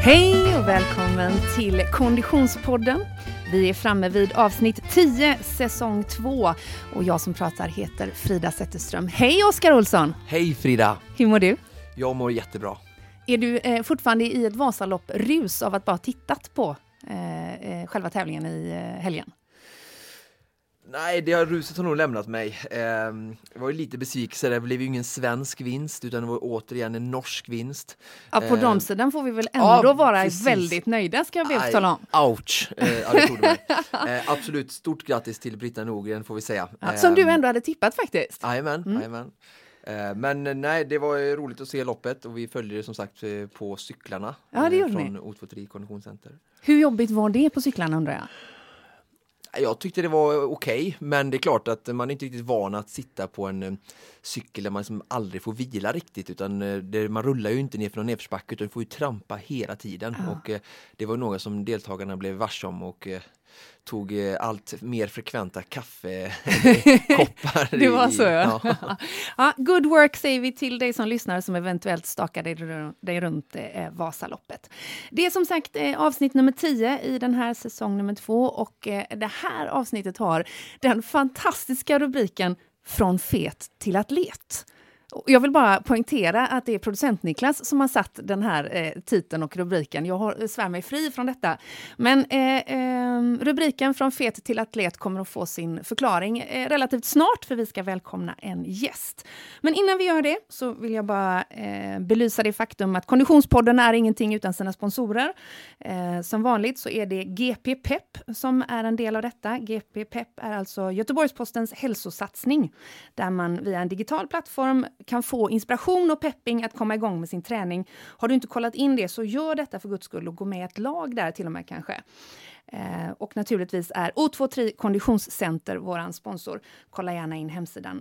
Hej och välkommen till Konditionspodden. Vi är framme vid avsnitt 10, säsong 2. Och jag som pratar heter Frida Zetterström. Hej Oskar Olsson! Hej Frida! Hur mår du? Jag mår jättebra. Är du fortfarande i ett Vasalopp-rus av att bara tittat på själva tävlingen i helgen? Nej, ruset har nog lämnat mig. Jag var ju lite besviken. Det blev ju ingen svensk vinst utan det var återigen en norsk vinst. Ja, på damsidan får vi väl ändå vara väldigt nöjda, ska jag be att tala om. Ouch! Det trodde mig. Absolut, stort grattis till Britta Norgren får vi säga. Ja, som du ändå hade tippat faktiskt. Jajamän. Men nej, det var roligt att se loppet och vi följde det som sagt på cyklarna. Ja, det gjorde från ni. O23 Konditionscenter. Hur jobbigt var det på cyklarna undrar jag? Jag tyckte det var okej, men det är klart att man är inte riktigt van att sitta på en cykel där man liksom aldrig får vila riktigt, utan man rullar ju inte ner för någon nedförsbacke utan får ju trampa hela tiden. Ja. Och det var något som deltagarna blev vars om och tog allt mer frekventa kaffekoppar. Det var så, ja. Ja. Good work säger vi till dig som lyssnar som eventuellt stakar dig runt Vasaloppet. Det är som sagt avsnitt nummer 10 i den här säsong nummer 2 och det här avsnittet har den fantastiska rubriken Från fet till atlet. Jag vill bara poängtera att det är producent Niklas som har satt den här titeln och rubriken. Jag svär mig fri från detta. Men rubriken Från fet till atlet kommer att få sin förklaring relativt snart för vi ska välkomna en gäst. Men innan vi gör det så vill jag bara belysa det faktum att Konditionspodden är ingenting utan sina sponsorer. Som vanligt så är det GP Pep som är en del av detta. GP Pep är alltså Göteborgs-Postens hälsosatsning där man via en digital plattform kan få inspiration och pepping att komma igång med sin träning. Har du inte kollat in det så gör detta för Guds skull och gå med i ett lag där till och med kanske. Och naturligtvis är O23 Konditionscenter våran sponsor. Kolla gärna in hemsidan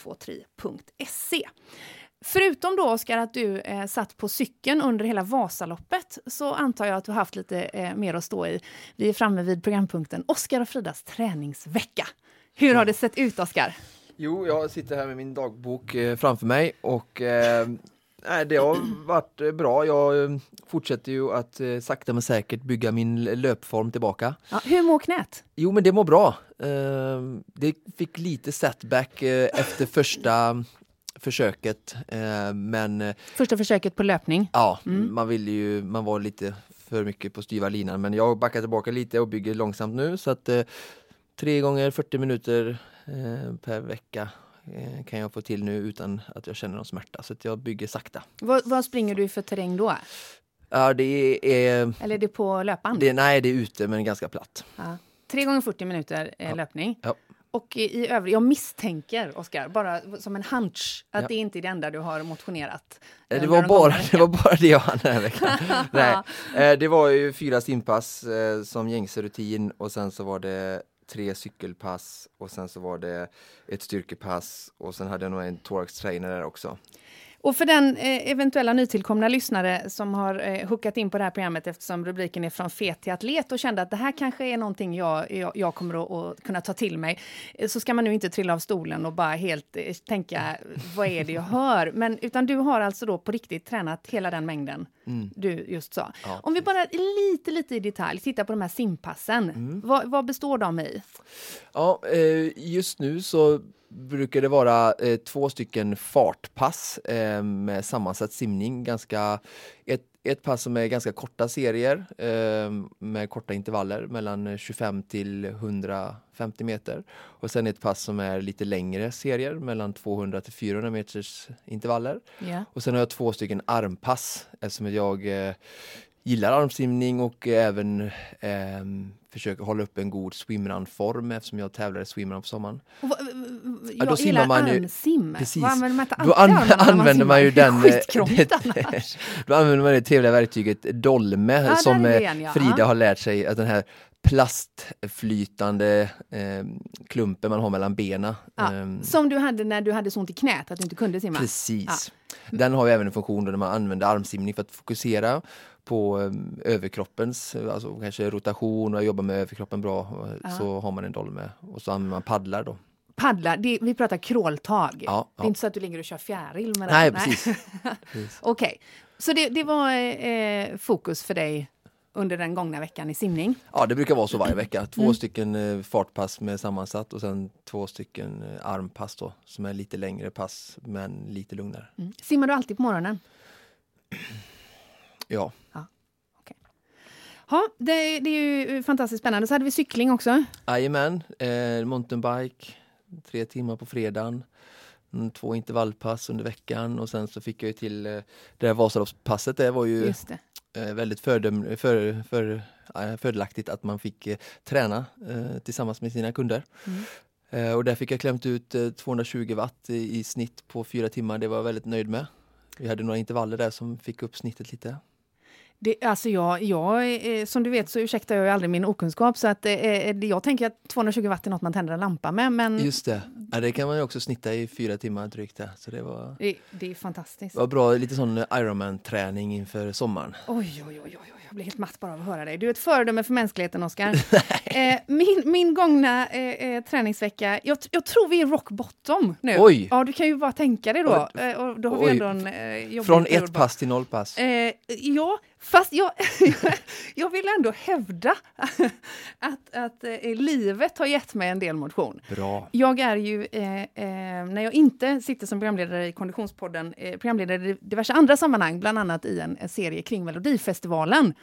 o23.se. Förutom då Oskar att du satt på cykeln under hela Vasaloppet så antar jag att du har haft lite mer att stå i. Vi är framme vid programpunkten Oskar och Fridas träningsvecka. Hur har det sett ut Oskar? Jo, jag sitter här med min dagbok framför mig och det har varit bra. Jag fortsätter ju att sakta men säkert bygga min löpform tillbaka. Ja, hur mår knät? Jo, men det mår bra. Det fick lite setback efter första försöket. Första försöket på löpning? Ja, man var lite för mycket på styva linan. Men jag backar tillbaka lite och bygger långsamt nu. Så att 3 gånger 40 minuter per vecka kan jag få till nu utan att jag känner någon smärta. Så att jag bygger sakta. Vad springer du för terräng då? Ja, det är... Eller är det på löpband? Nej, det är ute men ganska platt. Ja. 3 gånger 40 minuter löpning. Ja. Och i övrigt, jag misstänker, Oskar, bara som en hunch, att det inte är det enda du har motionerat. Det var bara det jag hann den här veckan. Nej, det var ju 4 simpass som gängse rutin och sen så var det 3 cykelpass och sen så var det ett styrkepass och sen hade jag nog en thorax trainer där också. Och för den eventuella nytillkomna lyssnare som har hookat in på det här programmet eftersom rubriken är Från fet till atlet och kände att det här kanske är någonting jag kommer att kunna ta till mig, så ska man nu inte trilla av stolen och bara helt tänka vad är det jag hör, utan du har alltså då på riktigt tränat hela den mängden du just sa. Ja. Om vi bara lite i detalj tittar på de här simpassen, vad består de i? Ja, just nu så brukar det vara 2 stycken fartpass med sammansatt simning. Ett pass som är ganska korta serier med korta intervaller mellan 25 till 150 meter. Och sen ett pass som är lite längre serier mellan 200 till 400 meters intervaller. Yeah. Och sen har jag 2 stycken armpass eftersom jag gillar armsimning och även försöker hålla upp en god swimrun-form eftersom jag tävlar i swimrun på sommaren. Då simmar man ju armsim. Precis. Då använder man ju den då använder man det trevliga verktyget dolme som Frida har lärt sig att den här plastflytande klumpen man har mellan benen. Som du hade när du hade så ont i knät att du inte kunde simma. Precis. Den har ju även en funktion där man använder armsimning för att fokusera på överkroppens, alltså kanske rotation och jobba med överkroppen bra, så har man en dolme och så använder man paddlar då. Paddla, vi pratar crawltag. Ja. Det är inte så att du ligger och kör fjäril med det. Nej, precis. Okej, så det var fokus för dig under den gångna veckan i simning? Ja, det brukar vara så varje vecka. 2 stycken fartpass med sammansatt och sen 2 stycken armpass då, som är lite längre pass men lite lugnare. Simmar du alltid på morgonen? Ja. Okay. Ja, det är ju fantastiskt spännande. Så hade vi cykling också. Jajamän, mountainbike, 3 timmar på fredagen. 2 intervallpass under veckan och sen så fick jag ju till det här Vasaloppspasset. Det var ju väldigt fördelaktigt att man fick träna tillsammans med sina kunder. Och där fick jag klämt ut 220 watt i snitt på 4 timmar. Det var jag väldigt nöjd med. Vi hade några intervaller där som fick upp snittet lite. Alltså jag som du vet så ursäktar jag ju aldrig min okunskap så att jag tänker att 220 watt är något man tänder en lampa med. Men just det. Ja, det kan man ju också snitta i 4 timmar drygt där. Så det var... Det är fantastiskt. Det var bra, lite sån Ironman-träning inför sommaren. Oj. Jag blir helt matt bara av att höra dig. Du är ett föredöme för mänskligheten, Oskar. Min gångna träningsvecka, jag tror vi är rock bottom nu. Oj! Ja, du kan ju bara tänka dig då. Och då har vi ändå en från 1 pass till 0 pass. Ja, fast jag vill ändå hävda att livet har gett mig en del motion. Bra. Jag är ju, när jag inte sitter som programledare i Konditionspodden, programledare i diverse andra sammanhang, bland annat i en serie kring Melodifestivalen.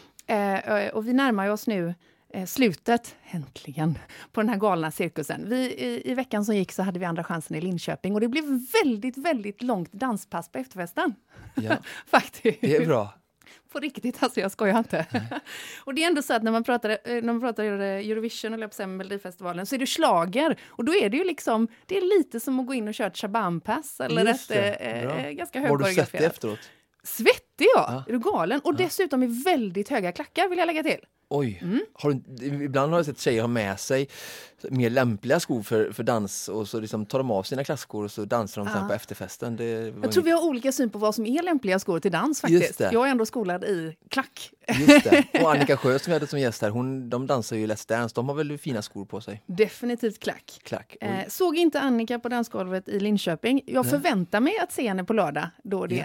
Och vi närmar oss nu slutet, äntligen, på den här galna cirkusen. I veckan som gick så hade vi andra chansen i Linköping och det blev väldigt, väldigt långt danspass på efterfesten. Ja. Faktiskt. Det är bra. På riktigt, alltså jag skojar inte. Och det är ändå så att när man pratar Eurovision eller Melodifestivalen så är det schlager. Och då är det ju liksom, det är lite som att gå in och köra ett Shabam-pass eller ganska högkoreograferat. Var du svettig efteråt? Svettig ja, är du galen? Och dessutom i väldigt höga klackar vill jag lägga till. Oj, ibland har jag sett tjejer ha med sig mer lämpliga skor för dans och så liksom tar de av sina klackskor och så dansar de sen på efterfesten. Jag tror vi har olika syn på vad som är lämpliga skor till dans faktiskt. Jag är ändå skolad i klack. Just det. Och Annika Sjö som vi hade som gäst här, de dansar ju Let's Dance. De har väl fina skor på sig? Definitivt klack. Såg inte Annika på dansgolvet i Linköping. Jag förväntar mig att se henne på lördag då det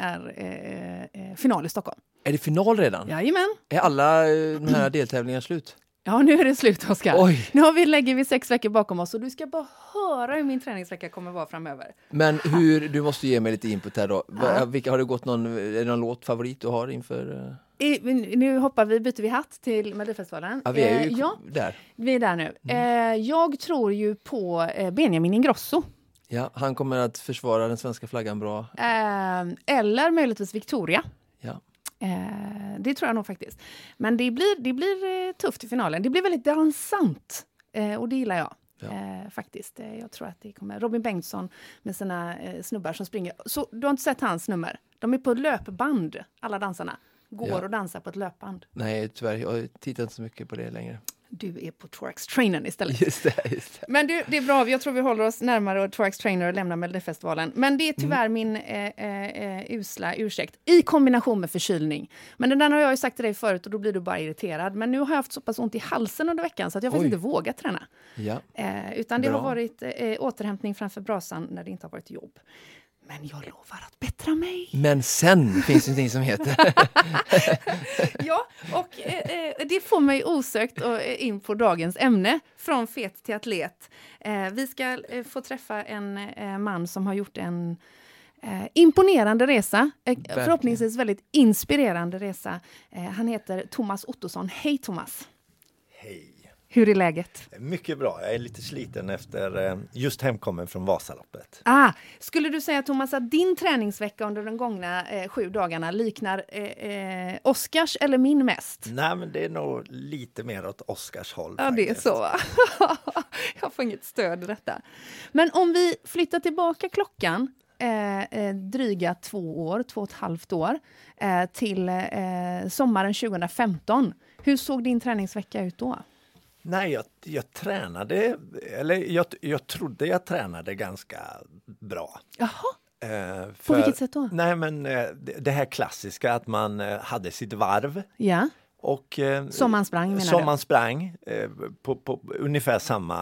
är final i Stockholm. Är det final redan? Jajamän. Är alla de här deltävlingarna slut? Ja, nu är det slut, Oskar. Oj. Nu lägger vi 6 veckor bakom oss och du ska bara höra hur min träningsvecka kommer vara framöver. Men du måste ge mig lite input här då. Har det gått är det någon låtfavorit du har inför... Nu byter vi hatt till Melodifestivalen. Ja, vi är ju där. Vi är där nu. Jag tror ju på Benjamin Ingrosso. Ja, han kommer att försvara den svenska flaggan bra. Eller möjligtvis Victoria. Ja. Det tror jag nog faktiskt. Men det blir tufft i finalen. Det blir väldigt dansant. Och det gillar jag. Ja. Faktiskt. Jag tror att det kommer Robin Bengtsson med sina snubbar som springer. Så du har inte sett hans nummer? De är på löpband, alla dansarna. Går och dansar på ett löpband. Nej, tyvärr. Jag tittar inte så mycket på det längre. Du är på Twerks Trainer istället. Just det. Men det är bra. Jag tror vi håller oss närmare Twerks Trainer och lämnar Melodifestivalen. Men det är tyvärr min usla ursäkt. I kombination med förkylning. Men den där har jag ju sagt till dig förut och då blir du bara irriterad. Men nu har jag haft så pass ont i halsen under veckan så att jag faktiskt inte vågat träna. Ja. Utan det har varit återhämtning framför brasan när det inte har varit jobb. Men jag lovar att bättra mig. Men sen finns det någonting som heter. Ja, och det får mig osökt in på dagens ämne. Från fet till atlet. Vi ska få träffa en man som har gjort en imponerande resa. Förhoppningsvis väldigt inspirerande resa. Han heter Thomas Ottosson. Hej Thomas. Hej. Hur är läget? Mycket bra. Jag är lite sliten efter just hemkommen från Vasaloppet. Skulle du säga Thomas att din träningsvecka under de gångna 7 dagarna liknar Oskars eller min mest? Nej, men det är nog lite mer åt Oskars håll. Ja, det är så. Jag får inget stöd i detta. Men om vi flyttar tillbaka klockan dryga 2,5 år till sommaren 2015. Hur såg din träningsvecka ut då? Nej, jag tränade, eller jag trodde jag tränade ganska bra. Jaha, på vilket sätt då? Nej, men det här klassiska att man hade sitt varv. Ja, och som man sprang menar som du? Man sprang på ungefär samma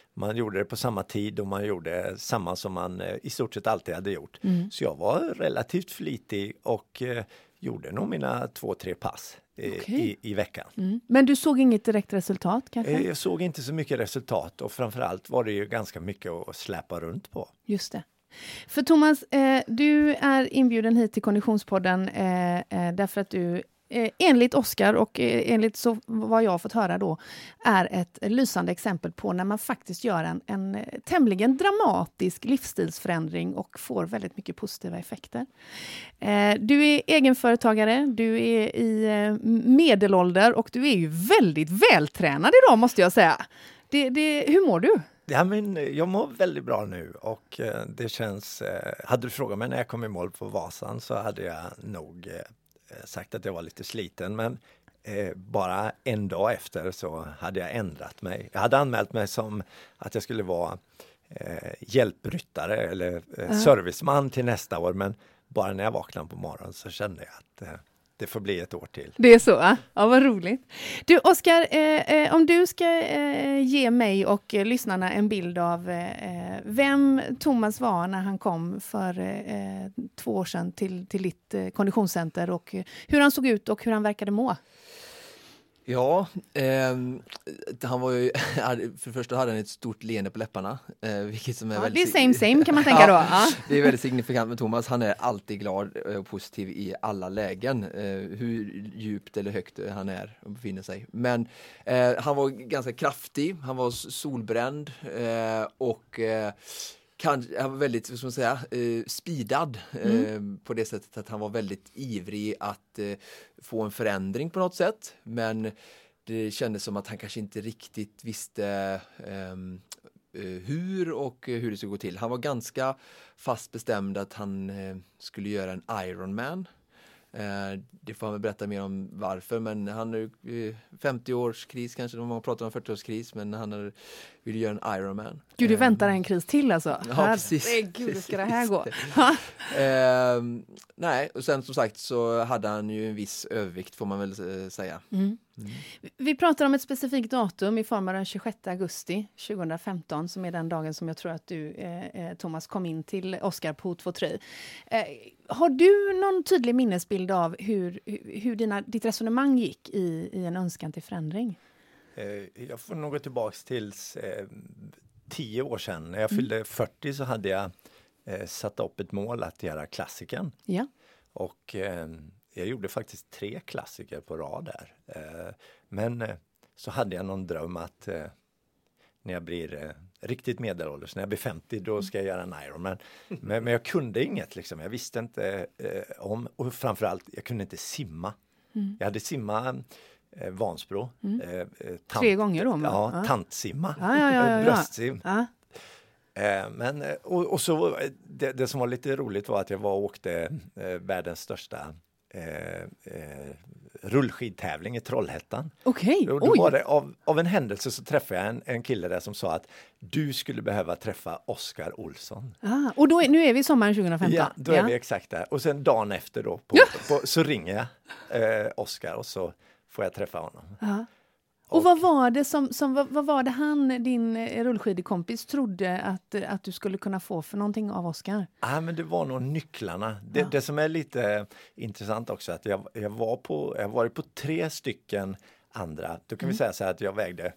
Man gjorde det på samma tid och man gjorde samma som man i stort sett alltid hade gjort. Så jag var relativt flitig och gjorde nog mina 2-3 pass i veckan. Men du såg inget direkt resultat kanske? Jag såg inte så mycket resultat och framförallt var det ju ganska mycket att släppa runt på. Just det. För Thomas, du är inbjuden hit till Konditionspodden därför att du enligt Oskar och enligt så vad jag har fått höra då är ett lysande exempel på när man faktiskt gör en tämligen dramatisk livsstilsförändring och får väldigt mycket positiva effekter. Du är egenföretagare, du är i medelålder och du är ju väldigt vältränad idag måste jag säga. Hur mår du? Ja, men jag mår väldigt bra nu och det känns... hade du frågat mig när jag kom i mål på Vasan så hade jag nog sagt att jag var lite sliten. Men bara en dag efter så hade jag ändrat mig. Jag hade anmält mig som att jag skulle vara hjälpryttare eller serviceman till nästa år. Men bara när jag vaknade på morgonen så kände jag att... det får bli ett år till. Det är så, ja vad roligt. Du Oskar, om du ska ge mig och lyssnarna en bild av vem Thomas var när han kom för 2 år sedan till ditt konditionscenter och hur han såg ut och hur han verkade må. Ja, han var ju, för det första hade han ett stort leende på läpparna. Vilket som är väldigt, det är same kan man tänka då. Ja. Det är väldigt signifikant med Thomas. Han är alltid glad och positiv i alla lägen. Hur djupt eller högt han är och befinner sig. Men han var ganska kraftig, han var solbränd och... han var väldigt, vad ska man säga, speedad på det sättet att han var väldigt ivrig att få en förändring på något sätt. Men det kändes som att han kanske inte riktigt visste hur och hur det skulle gå till. Han var ganska fast bestämd att han skulle göra en Ironman. Det får han väl berätta mer om varför, men han är 50-årskris kanske, man pratar om 40-årskris, men han vill göra en Ironman. Gud, du väntar en kris till alltså. Ja, precis. Gud, hur ska det här gå? Nej, och sen som sagt så hade han ju en viss övervikt får man väl säga. Vi pratar om ett specifikt datum i form av den 26 augusti 2015 som är den dagen som jag tror att du, Thomas, kom in till Oskar på O2 Har du någon tydlig minnesbild av hur ditt resonemang gick i en önskan till förändring? Jag får nog gå tillbaka till 10 år sedan. När jag fyllde 40 så hade jag satt upp ett mål att göra klassiken. Ja. Och jag gjorde faktiskt 3 klassiker på rad där. Men så hade jag någon dröm att när jag blir riktigt medelålders, när jag blir 50, då ska jag göra en Ironman. Men jag kunde inget liksom. Jag visste inte om, och framförallt, jag kunde inte simma. Jag hade simma Vansbro. 3 gånger då? Ja, tantsimma. Bröstsim. Ja. Men, och så det som var lite roligt var att jag åkte världens största rullskidtävling i Trollhättan. Okej. Då var det, av en händelse så träffade jag en kille där som sa att du skulle behöva träffa Oskar Olsson. Och nu är vi sommaren 2015. Ja, då är vi exakt där. Och sen dagen efter då så ringer jag Oskar och så får jag träffa honom. Ja. Och vad var det vad var det han, din rullskidkompis, trodde att du skulle kunna få för någonting av Oskar? Ja, men det var nog nycklarna. Det som är lite intressant också att jag har varit på 3 stycken andra. Då kan vi säga så här att jag vägde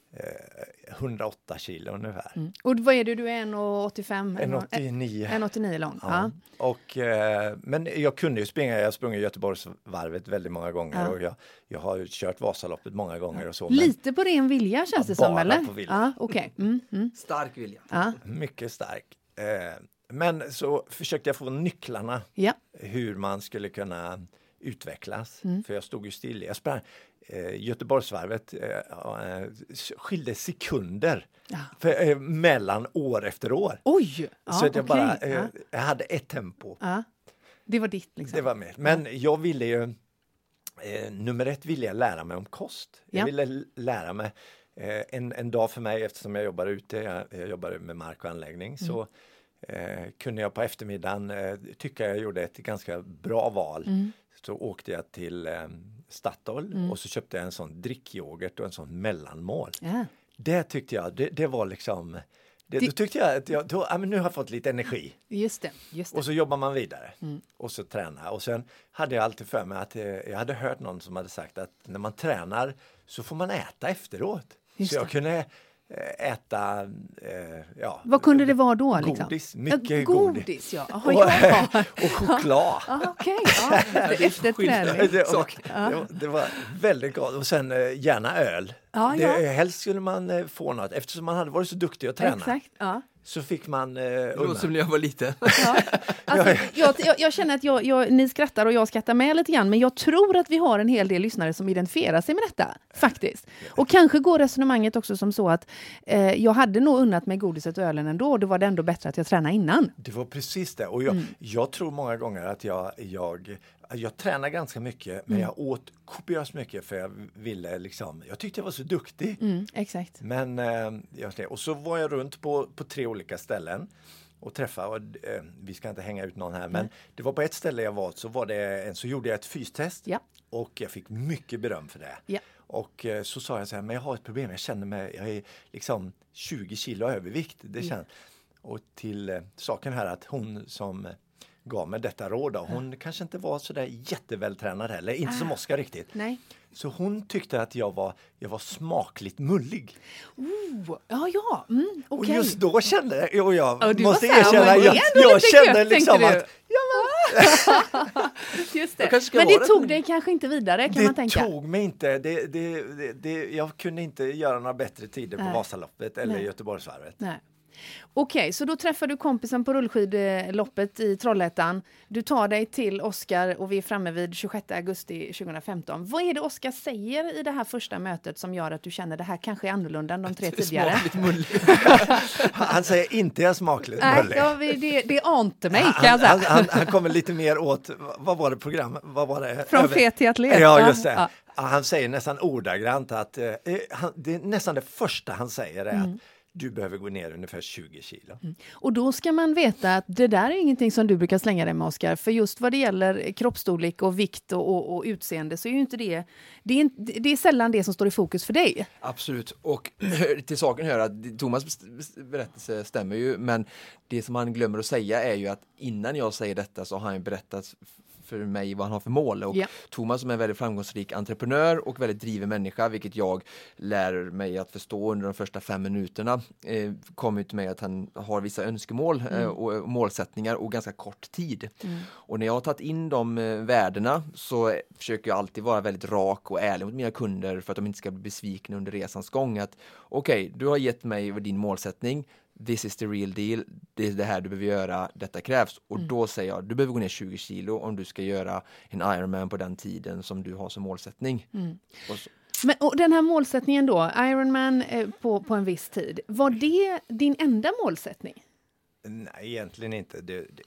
108 kilo ungefär. Och vad är du? Du är 1,85? 1,89. 1,89 lång. Ja. Och, men jag kunde ju springa. Jag har sprungit Göteborgsvarvet väldigt många gånger. Och jag har ju kört Vasaloppet många gånger. Och så, lite på ren vilja känns det som, eller? Bara på vilja. Ja, okay. Stark vilja. Ja. Mycket stark. Men så försökte jag få nycklarna. Hur man skulle kunna utvecklas. För jag stod ju still. Jag sprang Göteborgsvarvet skilde sekunder mellan år efter år. Oj! Så att jag hade ett tempo. Det var ditt liksom. Det var med. Men jag ville ju nummer 1 ville jag lära mig om kost. Jag ville lära mig en dag för mig eftersom jag jobbar ute. Jag jobbar med mark och anläggning så kunde jag på eftermiddagen tycka jag gjorde ett ganska bra val. Så åkte jag till Statoil och så köpte jag en sån drickyoghurt och en sån mellanmål. Det tyckte jag, det var liksom... Då tyckte jag att men nu har jag fått lite energi. Just det. Och så jobbar man vidare. Och så tränar. Och sen hade jag alltid för mig att jag hade hört någon som hade sagt att när man tränar så får man äta efteråt. Just så jag det. kunde äta Vad kunde det vara då? Liksom? Godis, mycket godis. Ja. Aha, och choklad. Okej. Efter träning. Det var väldigt gott. Och sen gärna öl. Helst skulle man få något. Eftersom man hade varit så duktig att träna. Exakt, ja. Så fick man låter som när jag var liten. Ja. Alltså, jag känner att ni skrattar och jag skrattar med lite grann, men jag tror att vi har en hel del lyssnare som identifierar sig med detta, faktiskt. Och kanske går resonemanget också som så att jag hade nog unnat mig godiset och ölen ändå, och då var det ändå bättre att jag tränade innan. Det var precis det. Och jag tror många gånger att jag tränar ganska mycket, men jag åt kopiöst mycket för jag ville liksom, jag tyckte jag var så duktig. Exakt. Men och så var jag runt på 3 olika ställen och träffade, och vi ska inte hänga ut någon här, men det var på ett ställe jag var, så gjorde jag ett fystest och jag fick mycket beröm för det. Ja. Och så sa jag så här, men jag har ett problem, jag känner mig, jag är liksom 20 kilo övervikt, det känns. Och till saken här att hon som gav mig detta råd då, hon kanske inte var så där jättevältränad heller, inte som Oskar riktigt. Nej. Så hon tyckte att jag var smakligt mullig. Okej. Och just då kände jag, och jag du måste erkänna, jag kände liksom att just det. Men det tog dig kanske inte vidare, kan man tänka. Det tog mig inte. Jag kunde inte göra några bättre tider på Vasaloppet eller Göteborgsvarvet. Nej. Okej, så då träffar du kompisen på rullskidloppet i Trollhättan. Du tar dig till Oskar och vi är framme vid 26 augusti 2015. Vad är det Oskar säger i det här första mötet som gör att du känner det här kanske är annorlunda än de 3 tidigare? Smakligt mullig. Han säger inte jag smakligt mullig. Det ante mig, kan jag säga. Han kommer lite mer åt, vad var det program? Vad var det? Från fet till atlet. Ja, just det. Ja. Han säger nästan ordagrant att det är nästan det första han säger är att du behöver gå ner ungefär 20 kilo. Och då ska man veta att det där är ingenting som du brukar slänga dig med, Oskar. För just vad det gäller kroppsstorlek och vikt och utseende så är ju inte det är sällan det som står i fokus för dig. Absolut. Och till saken hör att Thomas berättelse stämmer ju, men det som han glömmer att säga är ju att innan jag säger detta så har han berättat för mig vad han har för mål. Och Thomas som är en väldigt framgångsrik entreprenör och väldigt driven människa, vilket jag lär mig att förstå under de första 5 minuterna, kommer till mig att han har vissa önskemål och målsättningar och ganska kort tid. Och när jag har tagit in de värdena så försöker jag alltid vara väldigt rak och ärlig mot mina kunder för att de inte ska bli besvikna under resans gång. Att okej, du har gett mig din målsättning. This is the real deal. Det är det här du behöver göra. Detta krävs. Och då säger jag, du behöver gå ner 20 kilo om du ska göra en Ironman på den tiden som du har som målsättning. Och den här målsättningen då, Ironman på en viss tid, var det din enda målsättning? Nej, egentligen inte.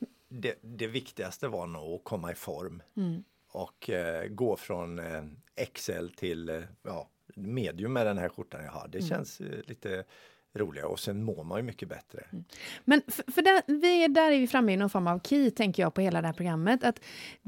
Det viktigaste var nog att komma i form. Och gå från XL till medium med den här skjortan jag har. Det känns lite roliga och sen mår man ju mycket bättre. Men för där är vi framme i någon form av key, tänker jag, på hela det här programmet. Att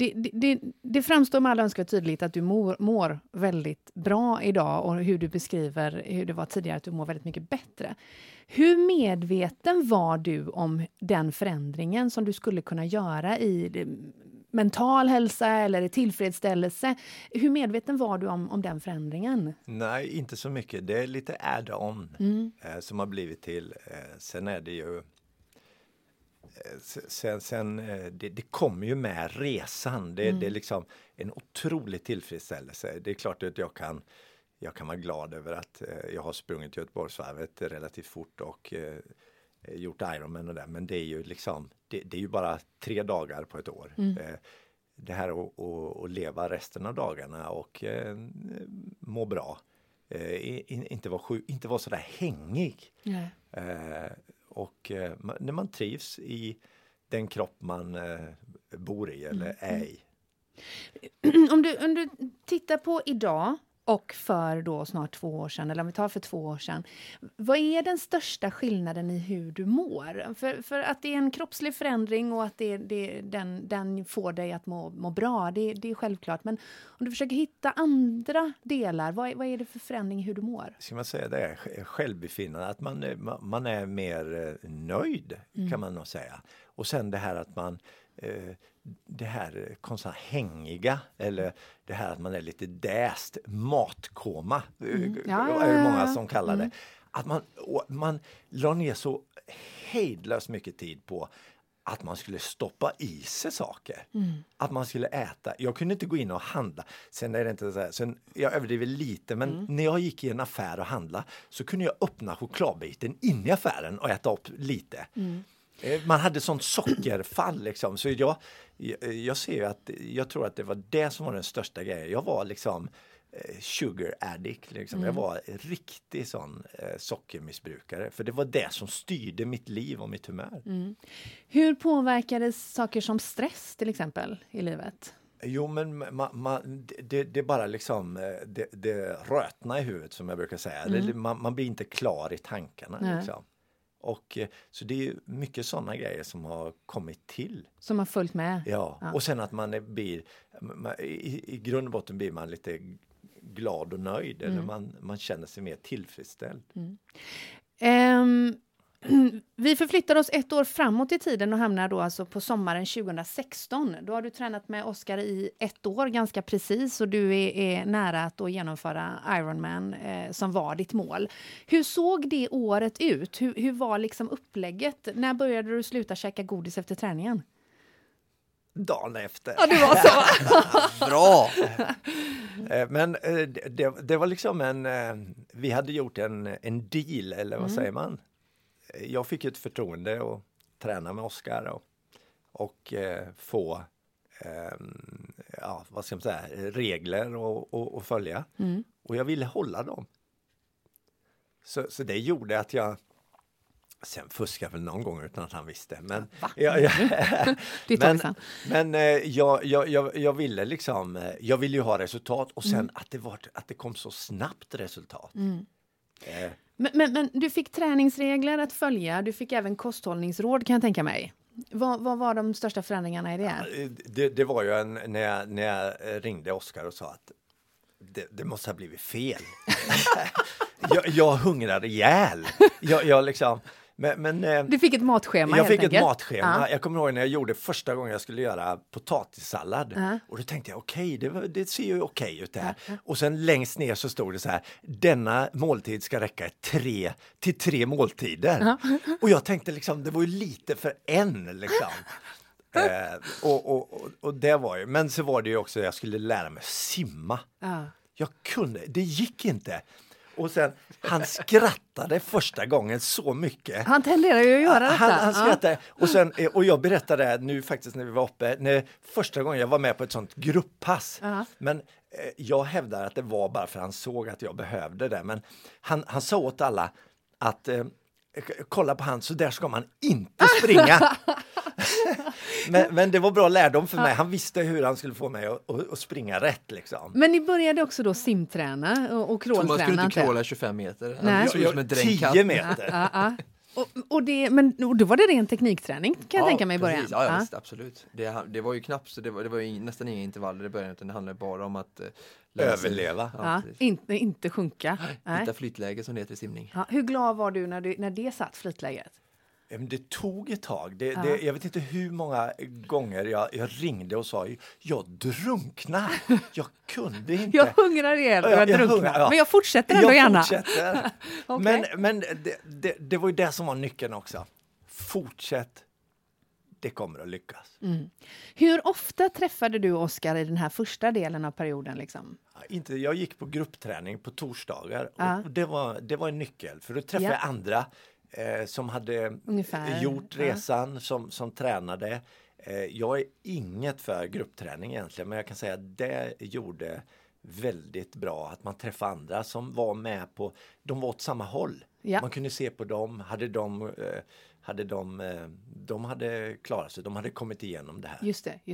det framstår med all önskvärd tydligt att du mår väldigt bra idag och hur du beskriver hur det var tidigare att du mår väldigt mycket bättre. Hur medveten var du om den förändringen som du skulle kunna göra i mental hälsa eller tillfredsställelse? Hur medveten var du om den förändringen? Nej, inte så mycket. Det är lite add-on som har blivit till. Sen är det ju det kommer ju med resan. Det är liksom en otrolig tillfredsställelse. Det är klart att jag kan vara glad över att jag har sprungit Göteborgsvarvet relativt fort och gjort Ironman och det. Men det är ju liksom, det är ju bara 3 dagar på ett år. Det här att leva resten av dagarna och må bra. Inte vara så där hängig. Och när man trivs i den kropp man bor i eller är i. Om du tittar på idag och för då snart 2 år sedan, eller om vi tar för 2 år sedan. Vad är den största skillnaden i hur du mår? För att det är en kroppslig förändring och att den får dig att må bra, det är självklart. Men om du försöker hitta andra delar, vad är det för förändring i hur du mår? Ska man säga det är självbefinnande, att man är mer nöjd kan man nog säga. Och sen det här att man det här konstant hängiga, eller det här att man är lite däst, matkoma är det många som kallar det. Att man la ner så hejdlöst mycket tid på att man skulle stoppa i sig saker. Att man skulle äta. Jag kunde inte gå in och handla. Sen är det inte så här, sen, jag överdriver lite, men när jag gick i en affär och handla så kunde jag öppna chokladbiten in i affären och äta upp lite. Man hade sånt sockerfall liksom. Så jag ser ju att jag tror att det var det som var den största grejen. Jag var liksom sugar addict liksom. Jag var riktig sån sockermissbrukare. För det var det som styrde mitt liv och mitt humör. Hur påverkades saker som stress till exempel i livet? Jo, men det bara liksom det rötna i huvudet som jag brukar säga. Man blir inte klar i tankarna liksom. Och så det är mycket sådana grejer som har kommit till. Som har följt med. Ja. Och sen att i grund och botten blir man lite glad och nöjd. Eller man känner sig mer tillfredsställd. Vi förflyttar oss 1 år framåt i tiden och hamnar då alltså på sommaren 2016. Då har du tränat med Oskar i 1 år ganska precis, och du är nära att då genomföra Ironman som var ditt mål. Hur såg det året ut? Hur var liksom upplägget? När började du sluta käka godis efter träningen? Dagen efter. Ja, det var så. Bra! Men det var liksom vi hade gjort en deal, eller vad säger man? Jag fick ett förtroende att träna med Oskar och få vad ska man säga, regler och följa. Och jag ville hålla dem. Så det gjorde att jag sen fuskade väl någon gång utan att han visste. Men jag ville liksom, jag ville ju ha resultat, och sen att det kom så snabbt resultat. Men du fick träningsregler att följa. Du fick även kosthållningsråd, kan jag tänka mig. Vad var de största förändringarna i det? Det var ju när jag ringde Oskar och sa att det måste ha blivit fel. jag hungrade ihjäl. Jag liksom... Men, du fick ett matschema. Jag fick ett matschema. Jag kommer ihåg när jag gjorde första gången jag skulle göra potatissallad. Och då tänkte jag, okej, det ser ju okej ut det här. Och sen längst ner så stod det så här: denna måltid ska räcka till 3 måltider. Och jag tänkte liksom, det var ju lite för en liksom. Och det var ju, men så var det ju också, jag skulle lära mig simma. Det gick inte. Och sen, han skrattade första gången så mycket. Han tenderar ju att göra detta. Han skrattade. Och jag berättade nu faktiskt när vi var uppe, första gången jag var med på ett sånt grupppass. Men jag hävdar att det var bara för han såg att jag behövde det. Men han sa åt alla att kolla på han, så där ska man inte springa. men det var bra lärdom för mig. Han visste hur han skulle få mig att springa rätt liksom. Men ni började också då simträna och crawlträna. Man skulle inte crawla 25 meter. Nej. Såg ut som en 10 meter. Och då var det ren teknikträning, kan jag tänka mig i början. Ja, visst, absolut. Det var ju knappt, så det var ju nästan inga intervaller i början, utan det handlade bara om att överleva. Inte sjunka. Hitta flytläge som det heter i simning. Hur glad var du när det satt, flytläget? Det tog ett tag. Jag vet inte hur många gånger jag ringde och sa, jag drunknar. Jag kunde inte. Jag hungrar ihjäl och jag drunknar. Men jag fortsätter ändå gärna. Okay. Men det var ju det som var nyckeln också. Fortsätt. Det kommer att lyckas. Hur ofta träffade du Oskar i den här första delen av perioden? Liksom? Jag gick på gruppträning på torsdagar. Och det var en nyckel. För då träffade jag andra som hade gjort resan, som tränade. Jag är inget för gruppträning egentligen, men jag kan säga att det gjorde väldigt bra att man träffade andra som var med på, de var åt samma håll. Man kunde se på dem, de hade klarat sig, de hade kommit igenom det här. Just det.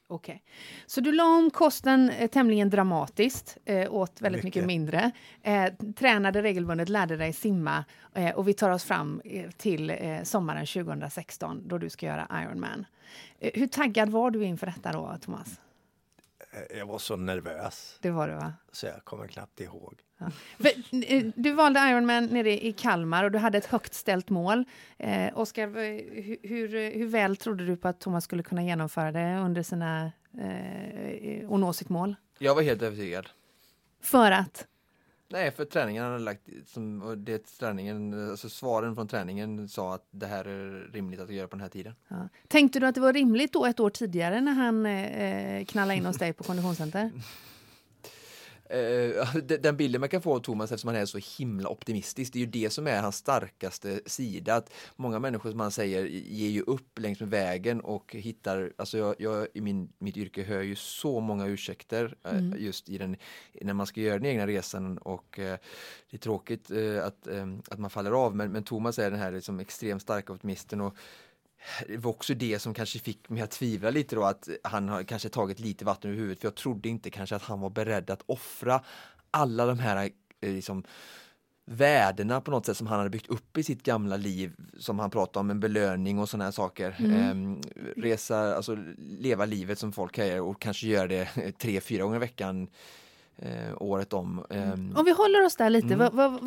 Okej. Så du la om kosten tämligen dramatiskt, åt väldigt mycket mindre, tränade regelbundet, lärde dig simma och vi tar oss fram till sommaren 2016 då du ska göra Ironman. Hur taggad var du inför detta då, Thomas? Jag var så nervös. Det var du, va? Så jag kommer knappt ihåg. Ja. Du valde Ironman nere i Kalmar och du hade ett högt ställt mål. Oskar, hur väl trodde du på att Thomas skulle kunna genomföra det under sina och nå sitt mål? Jag var helt övertygad. För att? Nej, för träningen hade lagt alltså svaren från träningen sa att det här är rimligt att göra på den här tiden. Ja. Tänkte du att det var rimligt då ett år tidigare när han knallade in hos dig på konditionscenter? Den bilden man kan få av Thomas eftersom han är så himla optimistisk, det är ju det som är hans starkaste sida, att många människor som han säger ger ju upp längs med vägen och hittar, alltså jag i mitt yrke hör ju så många ursäkter just när man ska göra den egna resan och det är tråkigt att man faller av, men Thomas är den här liksom extremt starka optimisten och det var också det som kanske fick mig att tvivla lite då, att han har kanske tagit lite vatten över huvudet, för jag trodde inte kanske att han var beredd att offra alla de här liksom värdena på något sätt som han hade byggt upp i sitt gamla liv, som han pratade om, en belöning och såna här saker. Resa, alltså leva livet som folk gör och kanske göra det 3-4 gånger i veckan året om. Om vi håller oss där lite,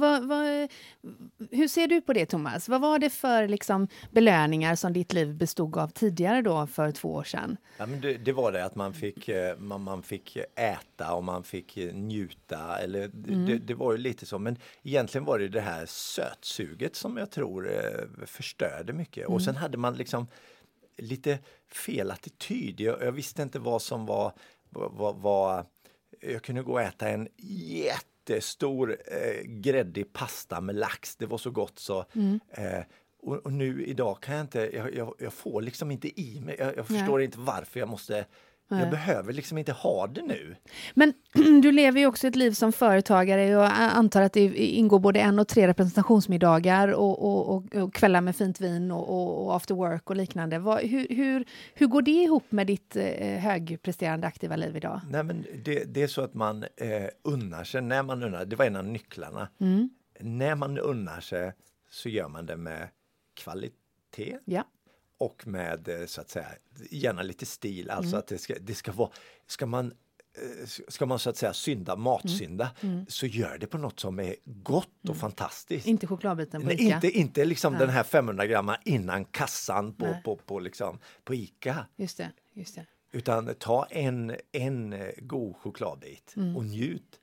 hur ser du på det, Thomas? Vad var det för liksom belöningar som ditt liv bestod av tidigare då för 2 år sedan? Ja, men det var det att man fick äta och man fick njuta, eller det var ju lite så, men egentligen var det här sötsuget som jag tror förstörde mycket. Och sen hade man liksom lite fel attityd. Jag visste inte vad som var jag kunde gå och äta en jättestor gräddig pasta med lax. Det var så gott så. Och nu idag kan jag inte, jag får liksom inte i mig. Jag förstår inte varför jag måste. Jag behöver liksom inte ha det nu. Men du lever ju också ett liv som företagare och jag antar att det ingår både 1 och 3 representationsmiddagar och kvällar med fint vin och after work och liknande. Hur går det ihop med ditt högpresterande aktiva liv idag? Nej, men det är så att man unnar sig när man unnar. Det var en av nycklarna. När man unnar sig så gör man det med kvalitet. Ja. Och med, så att säga, gärna lite stil. Alltså att det ska vara, ska man så att säga matsynda, så gör det på något som är gott och fantastiskt. Inte chokladbiten på Ica. Inte liksom den här 500 gram innan kassan på Ica. Just det. Utan ta en god chokladbit och njut.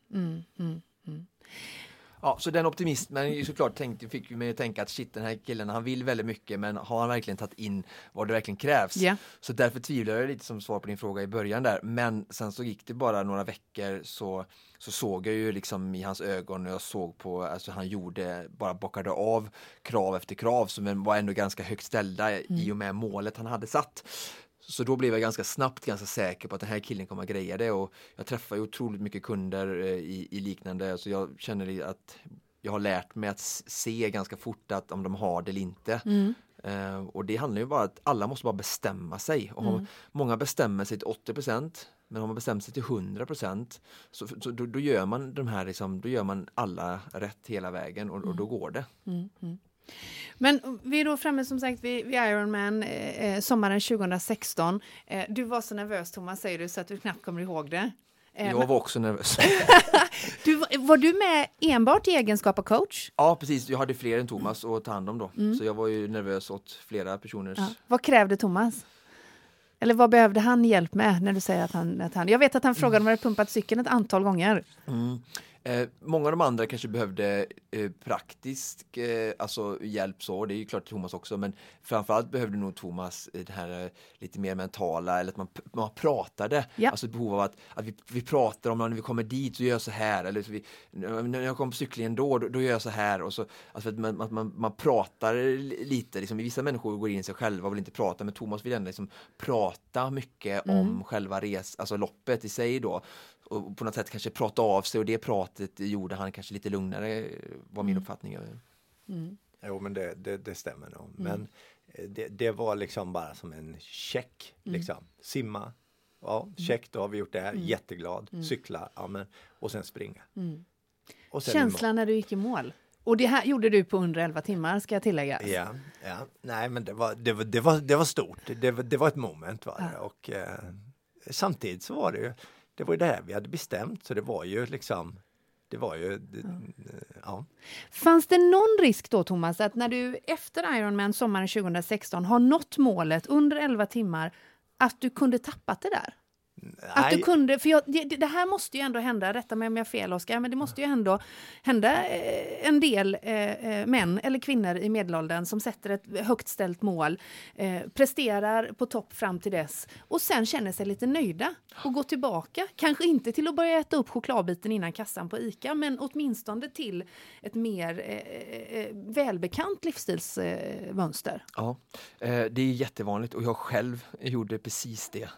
Ja, så den optimismen såklart fick ju mig att tänka att shit, den här killen, han vill väldigt mycket, men har han verkligen tagit in vad det verkligen krävs? Yeah. Så därför tvivlar jag lite som svar på din fråga i början där. Men sen så gick det bara några veckor så såg jag ju liksom i hans ögon och jag såg på, alltså han bockade av krav efter krav som var ändå ganska högt ställda i och med målet han hade satt. Så då blev jag ganska säker på att den här killen kommer att greja det, och jag träffar ju otroligt mycket kunder i liknande, så jag känner att jag har lärt mig att se ganska fort att om de har det eller inte. Och det handlar ju bara att alla måste bara bestämma sig. Och många bestämmer sig till 80%, men om man bestämmer sig till 100% så då gör man de här liksom, då gör man alla rätt hela vägen och då går det. Men vi är då framme som sagt vid Ironman sommaren 2016. Du var så nervös, Thomas, säger du, så att du knappt kommer ihåg det. Jag var också nervös. Var du med enbart i egenskap av coach? Ja, precis. Jag hade fler än Thomas att ta hand om då. Så jag var ju nervös åt flera personers... Ja. Vad krävde Thomas? Eller vad behövde han hjälp med när du säger att han... Jag vet att han frågade om han hade pumpat cykeln ett antal gånger. Många av de andra kanske behövde praktisk hjälp, så det är ju klart Thomas också, men framförallt behövde nog Thomas det här lite mer mentala, eller att man pratade, alltså ett behov av att vi pratar om när vi kommer dit så gör jag så här, eller när jag kommer på cyklingen då gör jag så här, och så alltså att man pratar lite liksom. Vissa människor går in i sig själva och vill inte prata, men Thomas vill ändå liksom prata mycket om själva alltså loppet i sig då. Och på något sätt kanske prata av sig, och det pratet gjorde han kanske lite lugnare, var min uppfattning. Jo, men det stämmer nog. Men det var liksom bara som en check. Liksom. Simma, Ja, check, då har vi gjort det här. Jätteglad. Cykla, och sen springa. Och sen känslan när du gick i mål. Och det här gjorde du på under 11 timmar, ska jag tillägga. Ja. Nej, men det var stort. Det var ett moment, var det. Och samtidigt så var det var ju det här vi hade bestämt. Så det var ju liksom... Ja. Fanns det någon risk då, Thomas, att när du efter Ironman sommaren 2016 har nått målet under 11 timmar, att du kunde tappat det där? Nej. Att du kunde, för det här måste ju ändå hända, rätta mig om jag är fel, Oskar, men det måste ju ändå hända en del män eller kvinnor i medelåldern som sätter ett högt ställt mål, presterar på topp fram till dess och sen känner sig lite nöjda och går tillbaka. Kanske inte till att börja äta upp chokladbiten innan kassan på ICA, men åtminstone till ett mer välbekant livsstilsmönster. Ja, det är jättevanligt och jag själv gjorde precis det.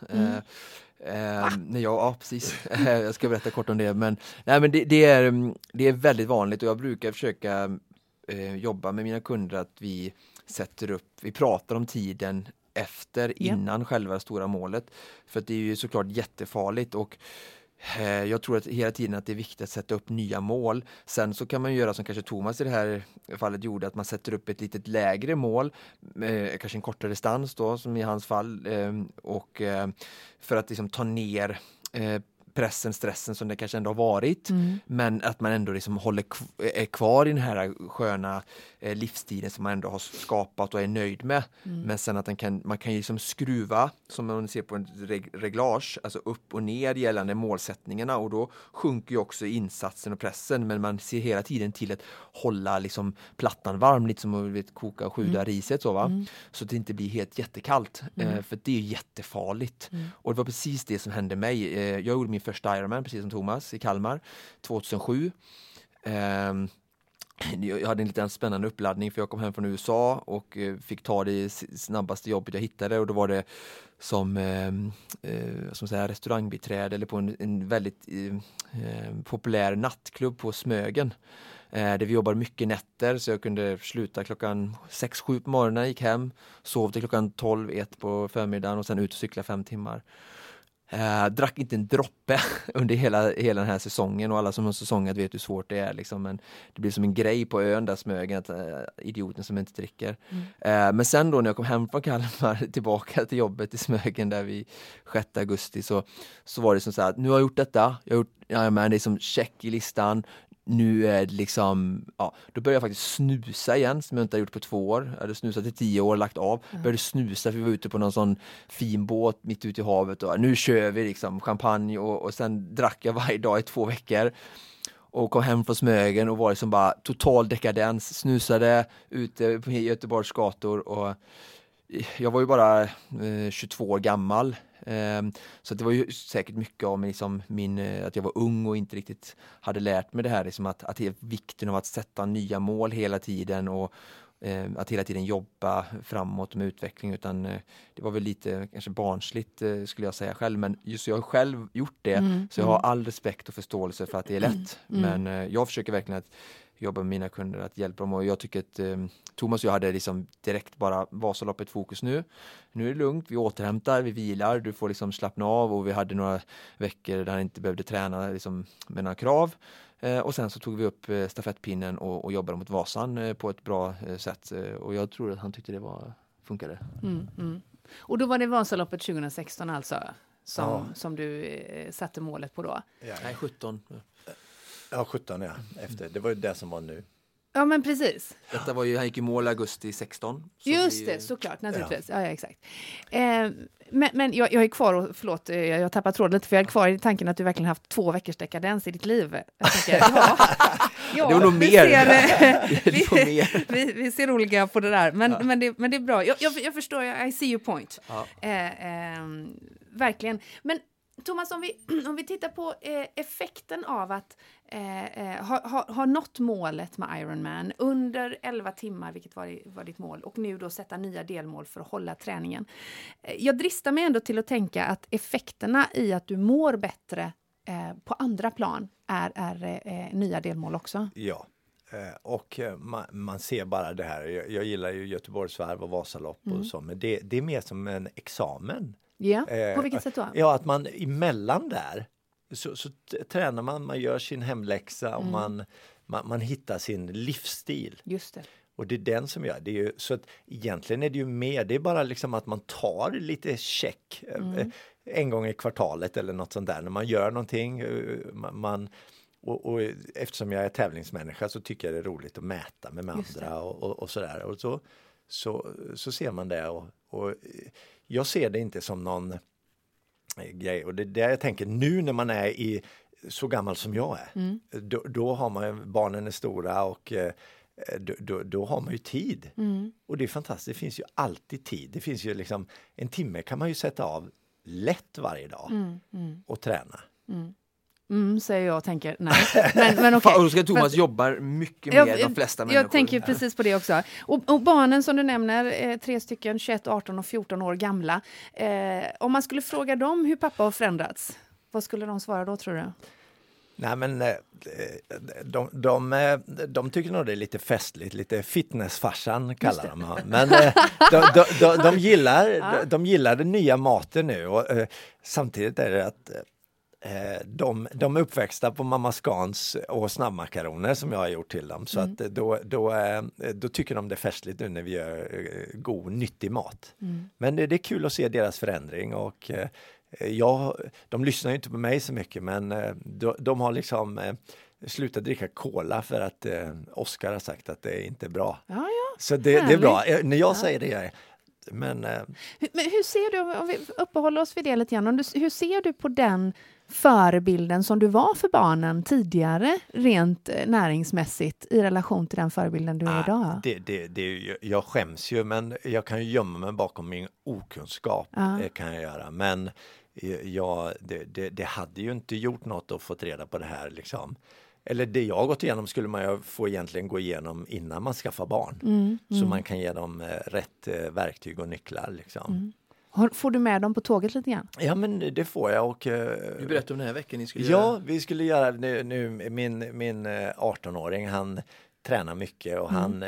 Precis. Jag ska berätta kort om det, men det är väldigt vanligt och jag brukar försöka jobba med mina kunder att vi pratar om tiden efter, innan själva stora målet, för att det är ju såklart jättefarligt och jag tror att hela tiden att det är viktigt att sätta upp nya mål. Sen så kan man göra som kanske Thomas i det här fallet gjorde, att man sätter upp ett litet lägre mål, kanske en kortare distans då, som i hans fall, och för att liksom ta ner pressen, stressen som det kanske ändå har varit, men att man ändå liksom är kvar i den här sköna livsstilen som man ändå har skapat och är nöjd med. Men sen att man kan ju liksom skruva, som man ser på en reglage, alltså upp och ner gällande målsättningarna, och då sjunker ju också insatsen och pressen, men man ser hela tiden till att hålla liksom plattan varm, lite som att koka och sjuda riset så, va? Så att det inte blir helt jättekallt, för det är jättefarligt. Och det var precis det som hände mig. Jag gjorde min första Ironman, precis som Thomas, i Kalmar 2007. Jag hade en liten spännande uppladdning, för jag kom hem från USA och fick ta det snabbaste jobbet jag hittade, och då var det som restaurangbiträde eller på en väldigt populär nattklubb på Smögen, där vi jobbar mycket nätter, så jag kunde sluta klockan 6-7 på morgonen, gick hem, sov till klockan 12-1 på förmiddagen och sen ut och cykla 5 timmar. Drack inte en droppe under hela den här säsongen, och alla som har säsongat vet hur svårt det är liksom, men det blir som en grej på ön där, Smögen, att idioten som inte dricker. Men sen då när jag kom hem från Kalmar tillbaka till jobbet i Smögen där vid 6 augusti, så var det som så här, nu har jag gjort detta, men det är som check i listan. Nu är det liksom, då började jag faktiskt snusa igen, som jag inte har gjort på 2 år. Jag hade snusat i 10 år, lagt av. Började snusa, för vi var ute på någon sån fin båt mitt ute i havet. Och nu kör vi liksom champagne, och sen drack jag varje dag i 2 veckor. Och kom hem från Smögen och var liksom bara total dekadens. Snusade ute på Göteborgs gator, och jag var ju bara 22 år gammal. Så det var ju säkert mycket om liksom att jag var ung och inte riktigt hade lärt mig det här, liksom att det är vikten av att sätta nya mål hela tiden, och att hela tiden jobba framåt med utveckling, utan det var väl lite kanske barnsligt skulle jag säga själv, men just jag har själv gjort det, så jag har all respekt och förståelse för att det är lätt, men jag försöker verkligen att jobba med mina kunder, att hjälpa dem, och jag tycker att Thomas och jag hade liksom direkt bara Vasaloppet fokus nu. Nu är det lugnt, vi återhämtar, vi vilar, du får liksom slappna av, och vi hade några veckor där han inte behövde träna liksom med några krav. Och sen så tog vi upp stafettpinnen och jobbade mot Vasan på ett bra sätt, och jag tror att han tyckte det funkade. Och då var det Vasaloppet 2016 alltså som du satte målet på då? Ja. Nej, 17. Ja, 17 efter. Det var ju det som var nu. Ja, men precis. Detta var ju, han gick i mål augusti 16. Just det, såklart, naturligtvis. Ja, exakt. Men jag är kvar, och förlåt, jag har tappat tråden lite, för jag är kvar i tanken att du verkligen haft 2 veckors dekadens i ditt liv. Jag tänker, det var nog mer. Vi ser olika på det där, men det är bra. Jag förstår, I see your point. Ja. Verkligen. Men Thomas, om vi tittar på effekten av att ha nått målet med Ironman under 11 timmar, vilket var ditt mål, och nu då sätta nya delmål för att hålla träningen. Jag dristar mig ändå till att tänka att effekterna i att du mår bättre på andra plan är nya delmål också. Ja. Och man ser bara det här. Jag gillar ju Göteborgsvarv och Vasalopp och så, men det är mer som en examen. Ja, på vilket sätt då? Ja, att man emellan där så tränar man gör sin hemläxa och man hittar sin livsstil. Just det. Och det är den som gör det. Är ju, så att egentligen är det ju mer, det är bara liksom att man tar lite check en gång i kvartalet eller något sånt där. När man gör någonting, och eftersom jag är tävlingsmänniska så tycker jag det är roligt att mäta med andra och sådär. Och så ser man det och jag ser det inte som någon grej. Och det är där jag tänker nu när man är så gammal som jag är. Då har man, barnen är stora och då har man ju tid. Och det är fantastiskt, det finns ju alltid tid. Det finns ju liksom, en timme kan man ju sätta av lätt varje dag och träna. Säger jag och tänker, nej. Men okej. Och ska Thomas jobbar mycket mer än de flesta människor. Jag tänker precis på det också. Och barnen som du nämner, 3 stycken, 21, 18 och 14 år gamla. Om man skulle fråga dem hur pappa har förändrats, vad skulle de svara då, tror du? Nej, men de tycker nog det är lite festligt, lite fitnessfarsan kallar de. Men de gillar den nya maten nu och samtidigt är det att de är uppväxta på Mamma Scans och snabbmakaroner som jag har gjort till dem. Så att då tycker de det är festligt nu när vi gör god, nyttig mat. Men det är kul att se deras förändring och de lyssnar ju inte på mig så mycket, men de har liksom slutat dricka cola för att Oscar har sagt att det är inte bra. Ja. Så det är bra. När jag säger det, men hur ser du, om vi uppehåller oss vid det lite grann, hur ser du på den förebilden som du var för barnen tidigare, rent näringsmässigt, i relation till den förebilden du är idag? Jag skäms ju, men jag kan ju gömma mig bakom min okunskap, kan jag göra. Men det hade ju inte gjort något att få reda på det här liksom. Eller det jag har gått igenom skulle man ju få egentligen gå igenom innan man skaffar barn. Så man kan ge dem rätt verktyg och nycklar liksom. Får du med dem på tåget lite grann? Ja, men det får jag. Och, du berättade om den här veckan ni skulle göra. Vi skulle göra nu min 18-åring, han tränar mycket och han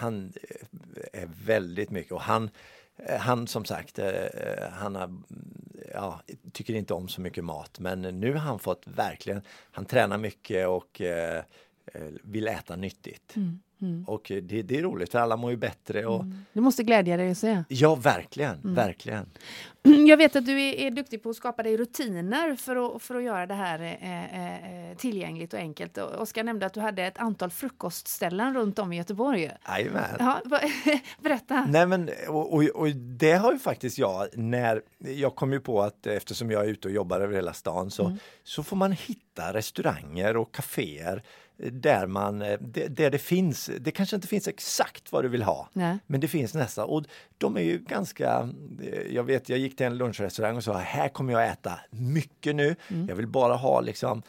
är väldigt mycket. Och han som sagt, han tycker inte om så mycket mat. Men nu har han fått verkligen, han tränar mycket och vill äta nyttigt. Och det är roligt för alla mår ju bättre. Och Du måste glädja dig att se. Ja, verkligen. Jag vet att du är duktig på att skapa dig rutiner för att göra det här tillgängligt och enkelt. Oskar nämnde att du hade ett antal frukostställen runt om i Göteborg. Jajamän. Ja, berätta. Nej, men och det har ju faktiskt när jag kom ju på att eftersom jag är ute och jobbar över hela stan så får man hitta restauranger och kaféer där det finns, det kanske inte finns exakt vad du vill ha. Nej. Men det finns nästan, och de är ju ganska, jag gick till en lunchrestaurang och sa, här kommer jag äta mycket nu. Jag vill bara ha liksom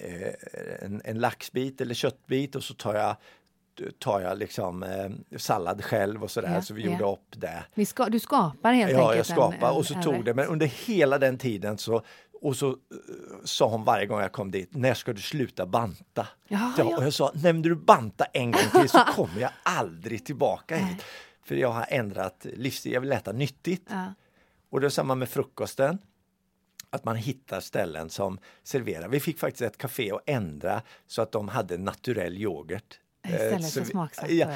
en laxbit eller köttbit och så tar jag liksom sallad själv och sådär, så vi gjorde upp det. Du skapar helt enkelt. Ja, jag skapar och så tog det, men under hela den tiden så sa hon varje gång jag kom dit, när ska du sluta banta? Och jag sa, nämnde du banta en gång till så kommer jag aldrig tillbaka hit. För jag har ändrat livsstil, jag vill äta nyttigt. Och det är samma med frukosten. Att man hittar ställen som serverar. Vi fick faktiskt ett café att ändra så att de hade naturell yoghurt. Istället för smaksaker. Ja,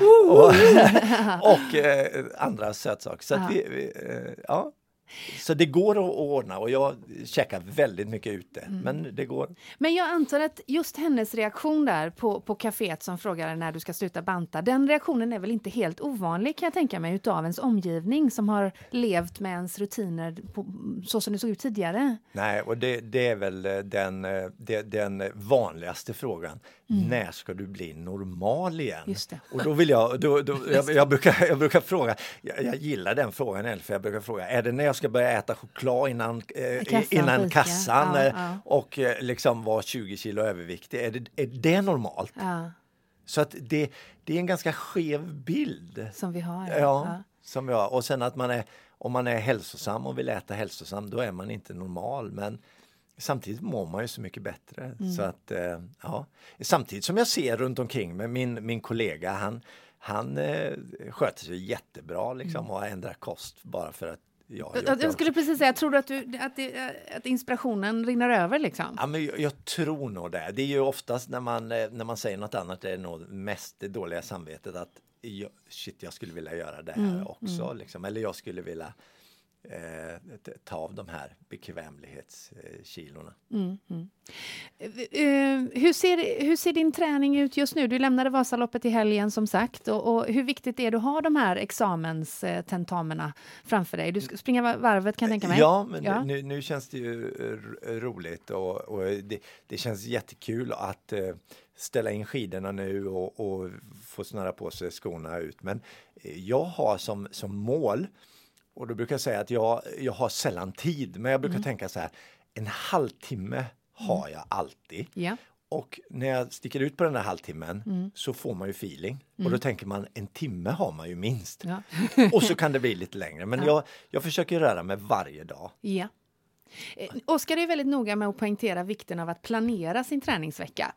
och andra sötsaker. Så att så det går att ordna och jag checkar väldigt mycket ute, men det går. Men jag antar att just hennes reaktion där på kaféet som frågar när du ska sluta banta, den reaktionen är väl inte helt ovanlig, kan jag tänka mig, utav ens omgivning som har levt med ens rutiner så som det såg ut tidigare. Nej, och det är väl den vanligaste frågan. När ska du bli normal igen? Just det. Och då vill jag brukar fråga, jag gillar den frågan, för jag brukar fråga, är det när jag ska börja äta choklad innan kassan och liksom vara 20 kilo överviktig? Är det normalt? Ja. Så att det är en ganska skev bild. Som vi har. Ja, som vi har. Och sen att om man är hälsosam och vill äta hälsosam, då är man inte normal. Men samtidigt mår man ju så mycket bättre. Så att, samtidigt som jag ser runt omkring med min kollega, han sköter sig jättebra liksom, och har ändrat kost bara för att Jag skulle precis säga, tror du att inspirationen rinner över liksom? Ja, men jag tror nog det. Det är ju oftast när man säger något annat, det är nog mest det dåliga samvetet att jag skulle vilja göra det här också. Liksom. Eller jag skulle vilja ta av de här bekvämlighetskilorna. Hur ser din träning ut just nu? Du lämnade Vasaloppet i helgen som sagt. Och hur viktigt är det att ha de här examenstentamina framför dig? Du ska springa varvet kan jag tänka mig. Ja, men nu känns det ju roligt och det känns jättekul att ställa in skidorna nu och få snöra på sig skorna ut. Men jag har som mål, och då brukar jag säga att jag har sällan tid, men jag brukar tänka så här, en halvtimme har jag alltid. Ja. Och när jag sticker ut på den här halvtimmen så får man ju feeling. Och då tänker man, en timme har man ju minst. Ja. Och så kan det bli lite längre. Men jag försöker röra mig varje dag. Ja. Oskar är väldigt noga med att poängtera vikten av att planera sin träningsvecka.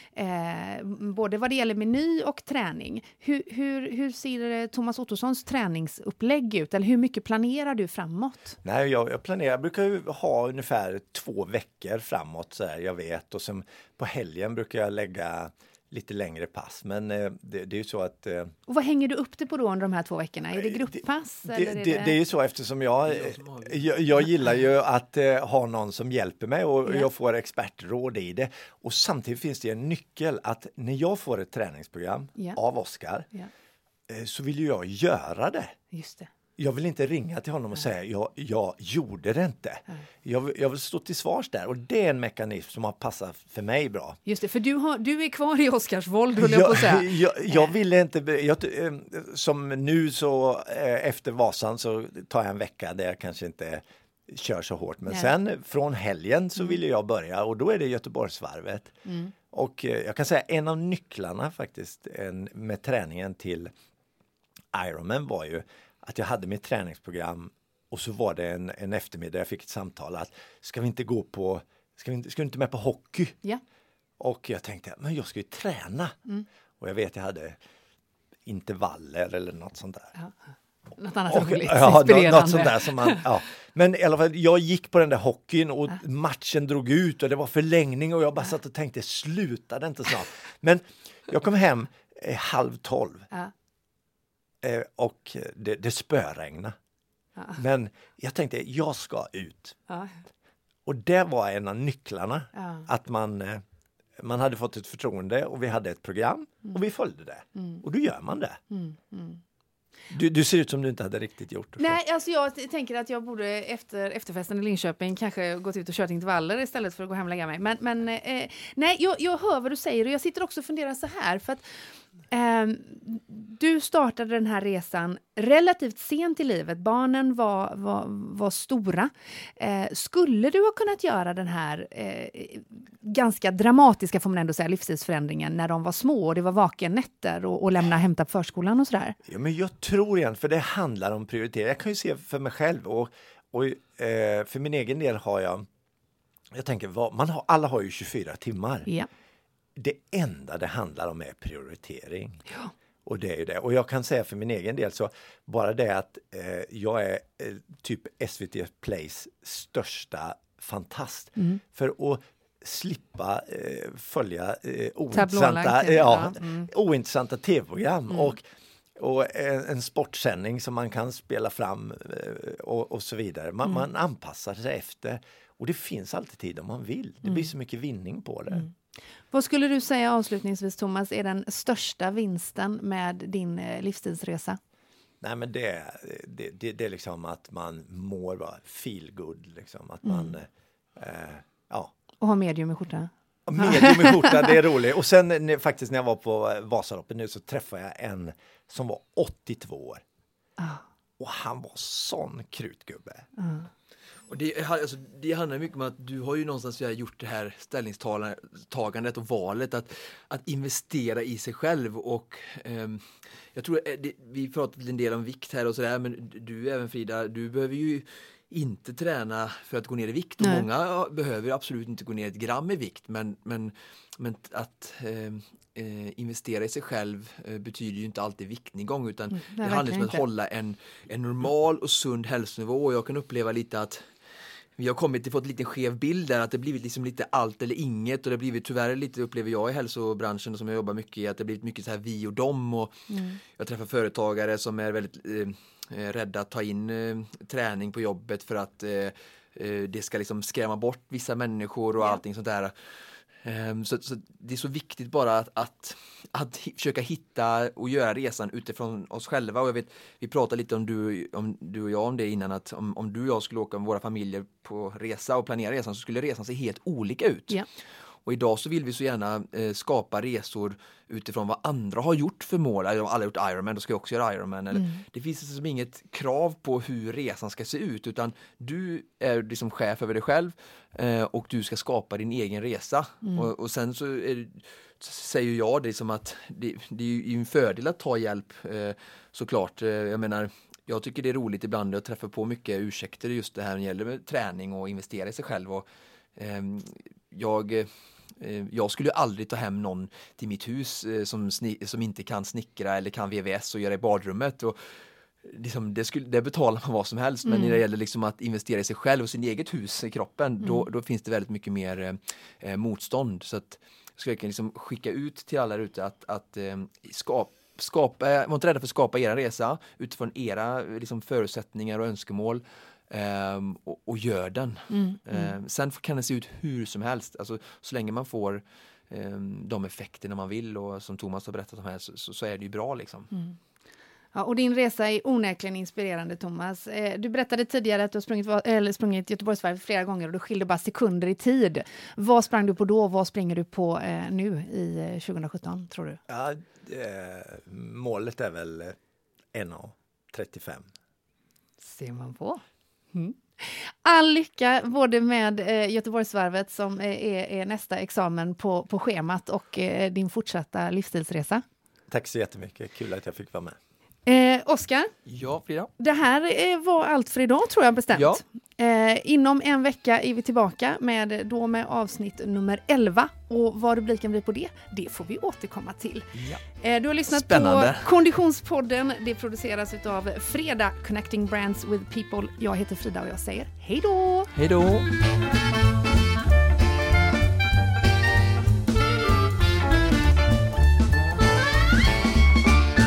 Både vad det gäller meny och träning. Hur ser Thomas Ottossons träningsupplägg ut? Eller hur mycket planerar du framåt? Nej, jag planerar. Jag brukar ju ha ungefär 2 veckor framåt, så här, jag vet. Och sen på helgen brukar jag lägga lite längre pass. Men det är ju så att... Och vad hänger du upp det på då under de här 2 veckorna? Är det grupppass? Det är ju så, eftersom jag gillar ju att ha någon som hjälper mig och jag får expertråd i det. Och samtidigt finns det en nyckel att när jag får ett träningsprogram av Oskar så vill ju jag göra det. Just det. Jag vill inte ringa till honom och säga jag gjorde det inte. Jag vill stå till svars där. Och det är en mekanism som har passat för mig bra. Just det, för du är kvar i Oscarsvold, höll jag på att säga. Jag ville inte... som nu så efter Vasan så tar jag en vecka där jag kanske inte kör så hårt. Men sen från helgen så ville jag börja och då är det Göteborgsvarvet. Och jag kan säga en av nycklarna faktiskt med träningen till Ironman var ju att jag hade mitt träningsprogram och så var det en eftermiddag jag fick ett samtal att ska vi inte med på hockey? Ja. Och jag tänkte, men jag ska ju träna. Och jag vet jag hade intervaller eller något sånt där. Ja. Något annat roligt, inspirerande. Något sånt där som man, Men i alla fall, jag gick på den där hockeyn och matchen drog ut och det var förlängning och jag bara satt och tänkte, slutade inte snart. Men jag kom hem 11:30. Ja. Och det spöregnade. Men jag tänkte, jag ska ut. Och det var en av nycklarna. Att man hade fått ett förtroende och vi hade ett program och vi följde det. Och då gör man det. Du ser ut som du inte hade riktigt gjort det. Nej, alltså jag tänker att jag borde efter efterfesten i Linköping kanske gått ut och kört intervaller istället för att gå hem och lägga mig. Men nej, jag hör vad du säger och jag sitter också och funderar så här för att du startade den här resan relativt sent i livet. Barnen var stora. Skulle du ha kunnat göra den här ganska dramatiska, får man ändå säga, livsstilsförändringen när de var små och det var vakennätter och lämna och hämta på förskolan och sådär? Ja, men jag tror igen, för det handlar om prioritering. Jag kan ju se för mig själv och för min egen del har jag tänker, alla har ju 24 timmar. Ja. Det enda det handlar om är prioritering. Ja. Och det är ju det. Och jag kan säga för min egen del så bara det att jag är typ SVT Plays största fantast. För att slippa följa ointressanta tv-program och en sportsändning som man kan spela fram och så vidare. Man anpassar sig efter. Och det finns alltid tid om man vill. Det blir så mycket vinning på det. Vad skulle du säga avslutningsvis, Thomas, är den största vinsten med din livsstilsresa? Nej, men det är liksom att man mår bara feel good. Liksom. Att man, Och ha medium i skjorta? Medium i skjorta, det är roligt. Och sen faktiskt när jag var på Vasaloppet nu så träffade jag en som var 82 år. Och han var sån krutgubbe. Och det handlar mycket om att du har ju någonstans gjort det här ställningstagandet och valet att investera i sig själv och jag tror vi pratade en del om vikt här och sådär, men du även Frida, du behöver ju inte träna för att gå ner i vikt och många behöver absolut inte gå ner 1 gram i vikt men att investera i sig själv betyder ju inte alltid viktnedgång, utan det handlar handlar om att hålla en normal och sund hälsonivå. Och jag kan uppleva lite att vi har fått en liten skev bild där, att det blivit liksom lite allt eller inget, och det har blivit tyvärr lite, upplever jag i hälsobranschen som jag jobbar mycket i, att det blivit mycket så här vi och dem, och jag träffar företagare som är väldigt rädda att ta in träning på jobbet för att det ska liksom skrämma bort vissa människor och allting sånt där. Så det är så viktigt bara att försöka hitta och göra resan utifrån oss själva. Och jag vet, vi pratade lite om du och jag om det innan, att om du och jag skulle åka med våra familjer på resa och planera resan, så skulle resan se helt olika ut. Yeah. Och idag så vill vi så gärna skapa resor utifrån vad andra har gjort för mål. Alla har gjort Ironman, då ska jag också göra Ironman. Det finns som inget krav på hur resan ska se ut, utan du är liksom chef över dig själv och du ska skapa din egen resa. Och sen så säger jag det som att det är ju en fördel att ta hjälp, såklart. Jag menar, jag tycker det är roligt ibland att träffa på mycket ursäkter just det här när det gäller med träning och investera i sig själv. Och jag skulle aldrig ta hem någon till mitt hus som inte kan snickra eller kan VVS och göra i badrummet, och liksom, det betalar man vad som helst. Men när det gäller liksom att investera i sig själv och sin eget hus i kroppen, då finns det väldigt mycket mer motstånd. Så att jag skulle liksom skicka ut till alla ute att skapa, var inte rädda för att skapa era resa utifrån era liksom förutsättningar och önskemål. Och gör den. Sen kan det se ut hur som helst. Alltså, så länge man får de effekterna man vill, och som Thomas har berättat om här, så är det ju bra liksom. Ja, och din resa är onekligen inspirerande, Thomas. Du berättade tidigare att du har sprungit Göteborgsvarvet flera gånger, och du skilde bara sekunder i tid. Vad sprang du på då? Vad springer du på nu i 2017, tror du? Ja, målet är väl 1:35. Ser man på. All lycka både med Göteborgsvarvet som är nästa examen på schemat, och din fortsatta livsstilsresa. Tack så jättemycket, kul att jag fick vara med. Oskar? Ja, Frida. Det här var allt för idag, tror jag bestämt. Ja. Inom en vecka är vi tillbaka med avsnitt nummer 11. Och vad rubriken blir på det får vi återkomma till. Ja. Du har lyssnat på Konditionspodden. Det produceras av Freda, Connecting Brands with People. Jag heter Frida och jag säger hej då! Hej då!